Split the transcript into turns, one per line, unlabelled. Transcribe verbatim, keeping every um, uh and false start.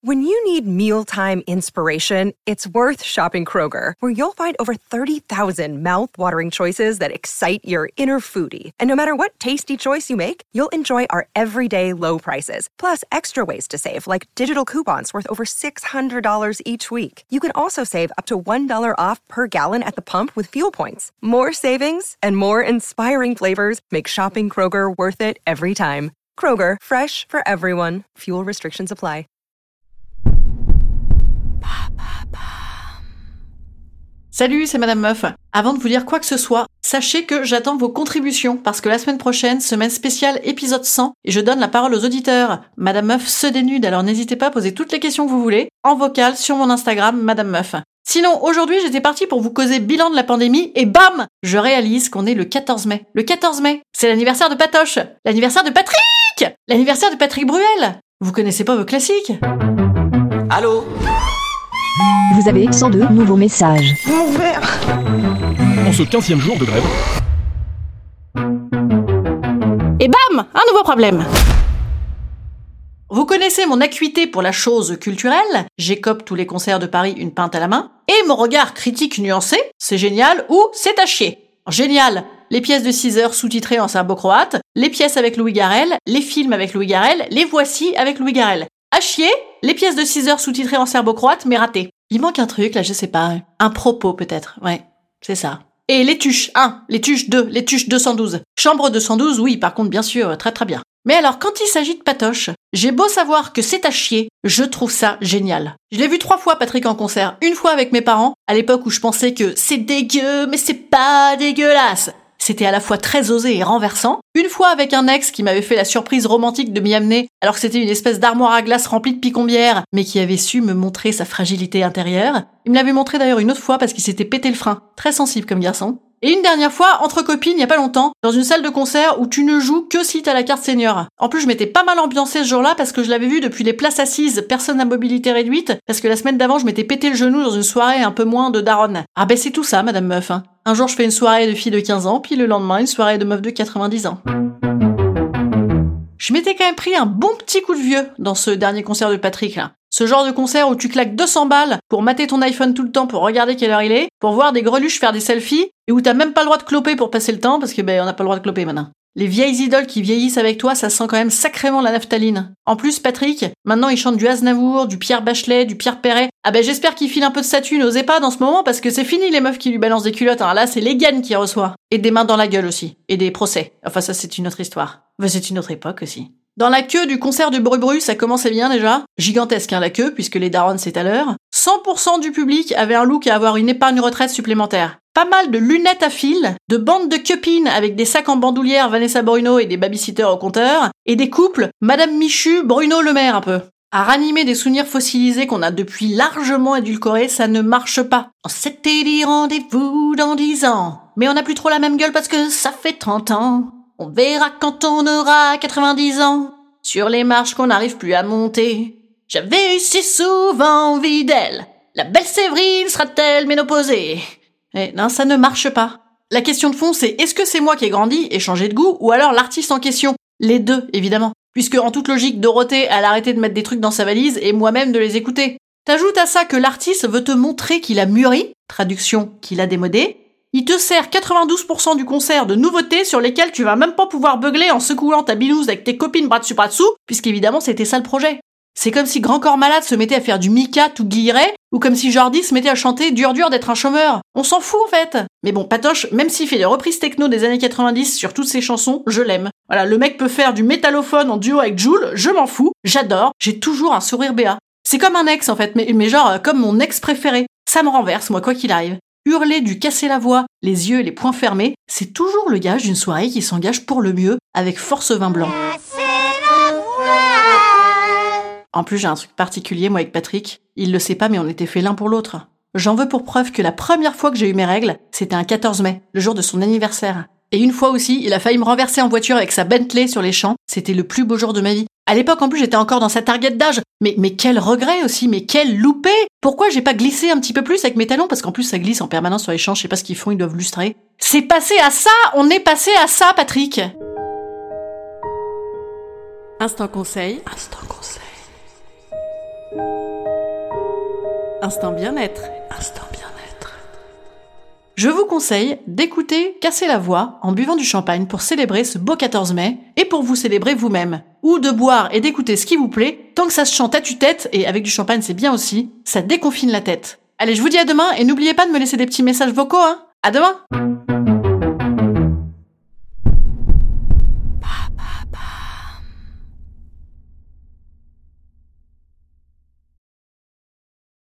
When you need mealtime inspiration, it's worth shopping Kroger, where you'll find over thirty thousand mouth-watering choices that excite your inner foodie. And no matter what tasty choice you make, you'll enjoy our everyday low prices, plus extra ways to save, like digital coupons worth over six hundred dollars each week. You can also save up to one dollar off per gallon at the pump with fuel points. More savings and more inspiring flavors make shopping Kroger worth it every time. Kroger, fresh for everyone. Fuel restrictions apply.
Salut, c'est Madame Meuf. Avant de vous dire quoi que ce soit, sachez que j'attends vos contributions parce que la semaine prochaine, semaine spéciale épisode cent, et je donne la parole aux auditeurs. Madame Meuf se dénude, alors n'hésitez pas à poser toutes les questions que vous voulez en vocal sur mon Instagram, Madame Meuf. Sinon, aujourd'hui, j'étais partie pour vous causer bilan de la pandémie et bam, je réalise qu'on est le quatorze mai. Le quatorze mai, c'est l'anniversaire de Patoche, l'anniversaire de Patrick, l'anniversaire de Patrick Bruel. Vous connaissez pas vos classiques?
Allô?
Vous avez cent deux nouveaux messages.
Mon verre.
En ce quinzième jour de grève.
Et bam, un nouveau problème. Vous connaissez mon acuité pour la chose culturelle, j'écope tous les concerts de Paris une pinte à la main, et mon regard critique nuancé, c'est génial ou c'est à chier. Génial, les pièces de six heures sous-titrées en serbo-croate, les pièces avec Louis Garrel, les films avec Louis Garrel, les voici avec Louis Garrel. À chier, les pièces de six heures sous-titrées en serbo-croate, mais ratées. Il manque un truc, là, je sais pas. Un propos, peut-être. Ouais, c'est ça. Et les tuches un, les tuches deux, les tuches deux cent douze. Chambre deux cent douze, oui, par contre, bien sûr, très très bien. Mais alors, quand il s'agit de Patoche, j'ai beau savoir que c'est à chier, je trouve ça génial. Je l'ai vu trois fois, Patrick, en concert. Une fois avec mes parents, à l'époque où je pensais que c'est dégueu, mais c'est pas dégueulasse. C'était à la fois très osé et renversant. Une fois avec un ex qui m'avait fait la surprise romantique de m'y amener, alors que c'était une espèce d'armoire à glace remplie de picombières, mais qui avait su me montrer sa fragilité intérieure. Il me l'avait montré d'ailleurs une autre fois parce qu'il s'était pété le frein. Très sensible comme garçon. Et une dernière fois, entre copines, il y a pas longtemps, dans une salle de concert où tu ne joues que si t'as la carte senior. En plus, je m'étais pas mal ambiancée ce jour-là parce que je l'avais vu depuis les places assises, personne à mobilité réduite, parce que la semaine d'avant, je m'étais pété le genou dans une soirée un peu moins de daronne. Ah ben c'est tout ça, Madame Meuf, hein. Un jour, je fais une soirée de filles de quinze ans, puis le lendemain, une soirée de meufs de quatre-vingt-dix ans. Je m'étais quand même pris un bon petit coup de vieux dans ce dernier concert de Patrick, là. Ce genre de concert où tu claques deux cents balles pour mater ton iPhone tout le temps pour regarder quelle heure il est, pour voir des greluches faire des selfies, et où t'as même pas le droit de cloper pour passer le temps, parce que ben on n'a pas le droit de cloper maintenant. Les vieilles idoles qui vieillissent avec toi, ça sent quand même sacrément la naphtaline. En plus, Patrick, maintenant il chante du Aznavour, du Pierre Bachelet, du Pierre Perret. Ah ben j'espère qu'il file un peu de sa thune aux EHPAD en ce moment, parce que c'est fini les meufs qui lui balancent des culottes, hein. Là c'est les Gaines qui reçoit. Et des mains dans la gueule aussi. Et des procès. Enfin ça c'est une autre histoire. Enfin, c'est une autre époque aussi. Dans la queue du concert du Bru-Bru, ça commençait bien déjà. Gigantesque, hein, la queue, puisque les darons c'est à l'heure. cent pour cent du public avait un look à avoir une épargne retraite supplémentaire. Pas mal de lunettes à fil, de bandes de copines avec des sacs en bandoulière Vanessa Bruno et des babysitters au compteur, et des couples Madame Michu, Bruno Le Maire un peu. À ranimer des souvenirs fossilisés qu'on a depuis largement édulcorés, ça ne marche pas. On s'était dit rendez-vous dans dix ans, mais on n'a plus trop la même gueule parce que ça fait trente ans. On verra quand on aura quatre-vingt-dix ans, sur les marches qu'on n'arrive plus à monter. J'avais eu si souvent envie d'elle, la belle Séverine sera-t-elle ménopausée? Eh, non, ça ne marche pas. La question de fond, c'est est-ce que c'est moi qui ai grandi et changé de goût, ou alors l'artiste en question? Les deux, évidemment. Puisque, en toute logique, Dorothée, elle a arrêté de mettre des trucs dans sa valise et moi-même de les écouter. T'ajoutes à ça que l'artiste veut te montrer qu'il a mûri, traduction, qu'il a démodé. Il te sert quatre-vingt-douze pour cent du concert de nouveautés sur lesquelles tu vas même pas pouvoir beugler en secouant ta binouse avec tes copines bras dessus bras dessous, puisqu'évidemment c'était ça le projet. C'est comme si Grand Corps Malade se mettait à faire du Mika tout Guilleret, ou comme si Jordi se mettait à chanter Dur dur d'être un chômeur. On s'en fout en fait. Mais bon, Patoche, même s'il fait des reprises techno des années quatre-vingt-dix sur toutes ses chansons, je l'aime. Voilà, le mec peut faire du métallophone en duo avec Jul, je m'en fous, j'adore, j'ai toujours un sourire béat. C'est comme un ex en fait, mais, mais genre comme mon ex préféré. Ça me renverse, moi, quoi qu'il arrive. Hurler du casser la voix, les yeux et les poings fermés, c'est toujours le gage d'une soirée qui s'engage pour le mieux, avec force vin blanc. En plus, j'ai un truc particulier, moi, avec Patrick. Il le sait pas, mais on était faits l'un pour l'autre. J'en veux pour preuve que la première fois que j'ai eu mes règles, c'était un quatorze mai, le jour de son anniversaire. Et une fois aussi, il a failli me renverser en voiture avec sa Bentley sur les champs. C'était le plus beau jour de ma vie. À l'époque, en plus, j'étais encore dans sa target d'âge. Mais, mais quel regret aussi, mais quel loupé! Pourquoi j'ai pas glissé un petit peu plus avec mes talons? Parce qu'en plus, ça glisse en permanence sur les champs, je sais pas ce qu'ils font, ils doivent lustrer. C'est passé à ça! On est passé à ça, Patrick! Instant conseil. Instant conseil. Instant bien-être. Instant bien-être. Je vous conseille d'écouter Casser la voix en buvant du champagne pour célébrer ce beau quatorze mai et pour vous célébrer vous-même. Ou de boire et d'écouter ce qui vous plaît, tant que ça se chante à tue-tête, et avec du champagne c'est bien aussi, ça déconfine la tête. Allez, je vous dis à demain et n'oubliez pas de me laisser des petits messages vocaux, hein. À demain!